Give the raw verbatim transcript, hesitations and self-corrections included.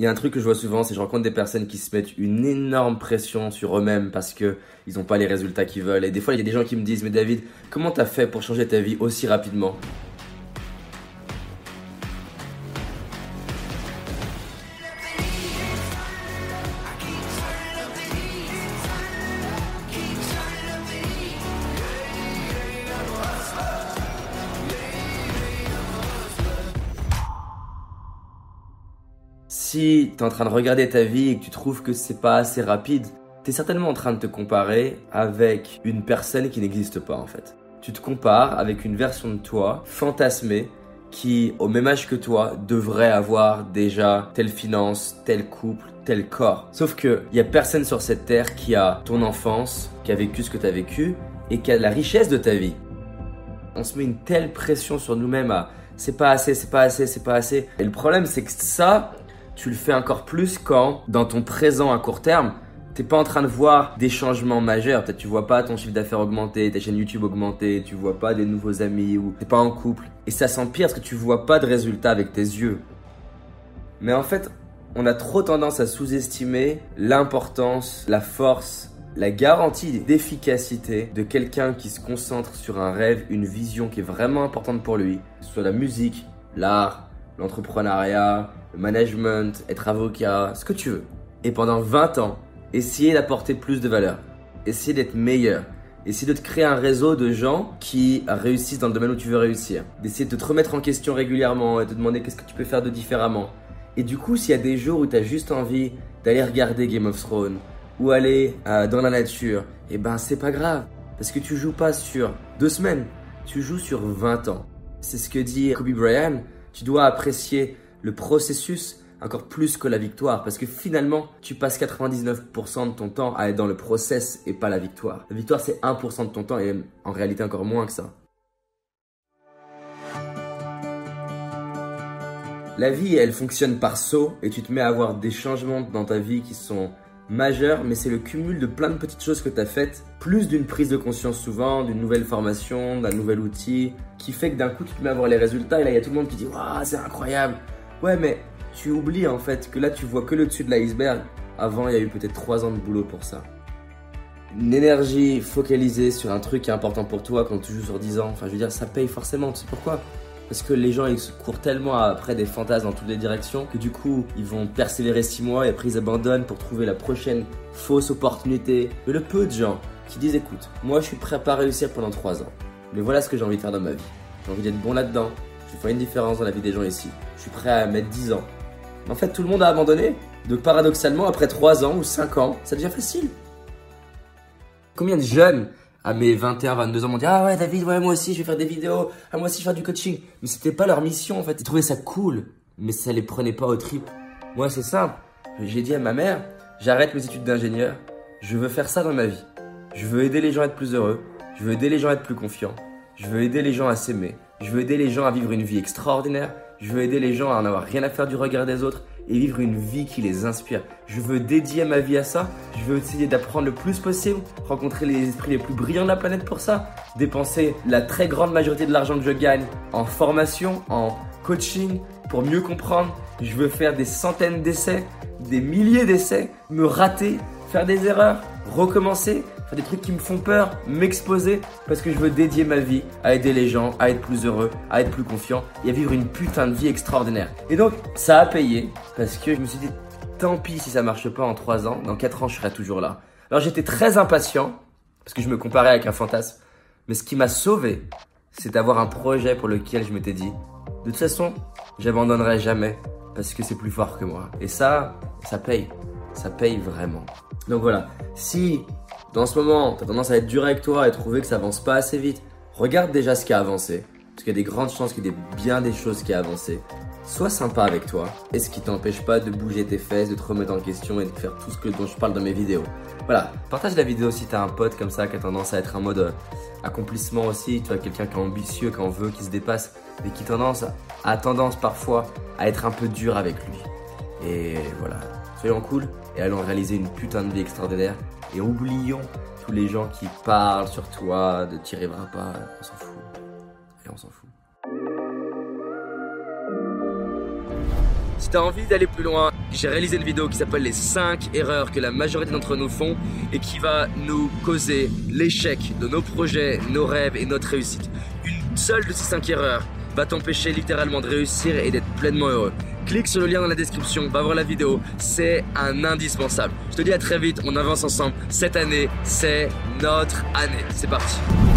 Il y a un truc que je vois souvent, c'est que je rencontre des personnes qui se mettent une énorme pression sur eux-mêmes parce qu'ils n'ont pas les résultats qu'ils veulent. Et des fois, il y a des gens qui me disent « Mais David, comment t'as fait pour changer ta vie aussi rapidement ?» Si tu es en train de regarder ta vie et que tu trouves que c'est pas assez rapide, tu es certainement en train de te comparer avec une personne qui n'existe pas en fait. Tu te compares avec une version de toi fantasmée qui, au même âge que toi, devrait avoir déjà telle finance, tel couple, tel corps. Sauf que il y a personne sur cette terre qui a ton enfance, qui a vécu ce que tu as vécu et qui a la richesse de ta vie. On se met une telle pression sur nous-mêmes à c'est pas assez, c'est pas assez, c'est pas assez. Et le problème c'est que ça, tu le fais encore plus quand, dans ton présent à court terme, t'es pas en train de voir des changements majeurs. Peut-être tu vois pas ton chiffre d'affaires augmenter, ta chaîne YouTube augmenter, tu vois pas des nouveaux amis ou t'es pas en couple. Et ça s'empire parce que tu vois pas de résultats avec tes yeux. Mais en fait, on a trop tendance à sous-estimer l'importance, la force, la garantie d'efficacité de quelqu'un qui se concentre sur un rêve, une vision qui est vraiment importante pour lui. Que ce soit la musique, l'art, l'entrepreneuriat, le management, être avocat, ce que tu veux. Et pendant vingt ans, essayer d'apporter plus de valeur, essayer d'être meilleur, essayer de te créer un réseau de gens qui réussissent dans le domaine où tu veux réussir, d'essayer de te remettre en question régulièrement et de te demander qu'est-ce que tu peux faire de différemment. Et du coup, s'il y a des jours où tu as juste envie d'aller regarder Game of Thrones ou aller euh, dans la nature, et ben c'est pas grave, parce que tu joues pas sur deux semaines, tu joues sur vingt ans. C'est ce que dit Kobe Bryant, tu dois apprécier le processus encore plus que la victoire parce que finalement tu passes quatre-vingt-dix-neuf pour cent de ton temps à être dans le process et pas la victoire. La victoire c'est un pour cent de ton temps et même en réalité encore moins que ça. La vie elle fonctionne par saut et tu te mets à avoir des changements dans ta vie qui sont majeurs, mais c'est le cumul de plein de petites choses que tu as faites, plus d'une prise de conscience souvent, d'une nouvelle formation, d'un nouvel outil, qui fait que d'un coup tu te mets à voir les résultats et là il y a tout le monde qui dit « Waouh, c'est incroyable !» Ouais, mais tu oublies en fait que là tu vois que le dessus de l'iceberg. Avant, il y a eu peut-être trois ans de boulot pour ça. Une énergie focalisée sur un truc qui est important pour toi quand tu joues sur dix ans, enfin je veux dire, ça paye forcément, tu sais pourquoi ? Parce que les gens ils se courent tellement après des fantasmes dans toutes les directions que du coup ils vont persévérer six mois et après ils abandonnent pour trouver la prochaine fausse opportunité. Mais le peu de gens qui disent écoute, moi je suis prêt à pas réussir pendant trois ans, mais voilà ce que j'ai envie de faire dans ma vie. J'ai envie d'être bon là-dedans, je vais faire une différence dans la vie des gens ici. Je suis prêt à mettre dix ans. En fait tout le monde a abandonné. Donc paradoxalement après trois ans ou cinq ans, ça devient facile. Combien de jeunes à mes vingt et un vingt-deux ans m'ont dit « Ah ouais David, ouais moi aussi je vais faire des vidéos, ah moi aussi je vais faire du coaching ». Mais c'était pas leur mission en fait, ils trouvaient ça cool, mais ça les prenait pas au trip. Moi c'est simple, j'ai dit à ma mère « J'arrête mes études d'ingénieur, je veux faire ça dans ma vie. Je veux aider les gens à être plus heureux, je veux aider les gens à être plus confiants, je veux aider les gens à s'aimer, je veux aider les gens à vivre une vie extraordinaire, je veux aider les gens à en avoir rien à faire du regard des autres et vivre une vie qui les inspire. Je veux dédier ma vie à ça. Je veux essayer d'apprendre le plus possible, rencontrer les esprits les plus brillants de la planète pour ça, dépenser la très grande majorité de l'argent que je gagne en formation, en coaching, pour mieux comprendre. Je veux faire des centaines d'essais, des milliers d'essais, me rater, faire des erreurs, recommencer, faire des trucs qui me font peur, m'exposer parce que je veux dédier ma vie à aider les gens, à être plus heureux, à être plus confiant et à vivre une putain de vie extraordinaire. Et donc, ça a payé parce que je me suis dit, tant pis si ça marche pas en trois ans, dans quatre ans, je serai toujours là. Alors, j'étais très impatient parce que je me comparais avec un fantasme. Mais ce qui m'a sauvé, c'est d'avoir un projet pour lequel je m'étais dit, de toute façon, j'abandonnerai jamais parce que c'est plus fort que moi. Et ça, ça paye. Ça paye vraiment. Donc voilà, si dans ce moment, tu as tendance à être dur avec toi et trouver que ça avance pas assez vite, regarde déjà ce qui a avancé. Parce qu'il y a des grandes chances qu'il y ait bien des choses qui ont avancé. Sois sympa avec toi et ce qui t'empêche pas de bouger tes fesses, de te remettre en question et de faire tout ce que, dont je parle dans mes vidéos. Voilà, partage la vidéo si tu as un pote comme ça qui a tendance à être en mode euh, accomplissement aussi. Tu vois, quelqu'un qui est ambitieux, qui en veut, qui se dépasse et qui tendance, a tendance parfois à être un peu dur avec lui. Et voilà, soyons cool et allons réaliser une putain de vie extraordinaire. Et oublions tous les gens qui parlent sur toi, de t'y arriveras pas, on s'en fout. Et on s'en fout. tu as envie d'aller plus loin, j'ai réalisé une vidéo qui s'appelle les cinq erreurs que la majorité d'entre nous font et qui va nous causer l'échec de nos projets, nos rêves et notre réussite. Une seule de ces cinq erreurs va t'empêcher littéralement de réussir et d'être pleinement heureux. Clique sur le lien dans la description, va voir la vidéo, c'est un indispensable. Je te dis à très vite, on avance ensemble. Cette année, c'est notre année. C'est parti.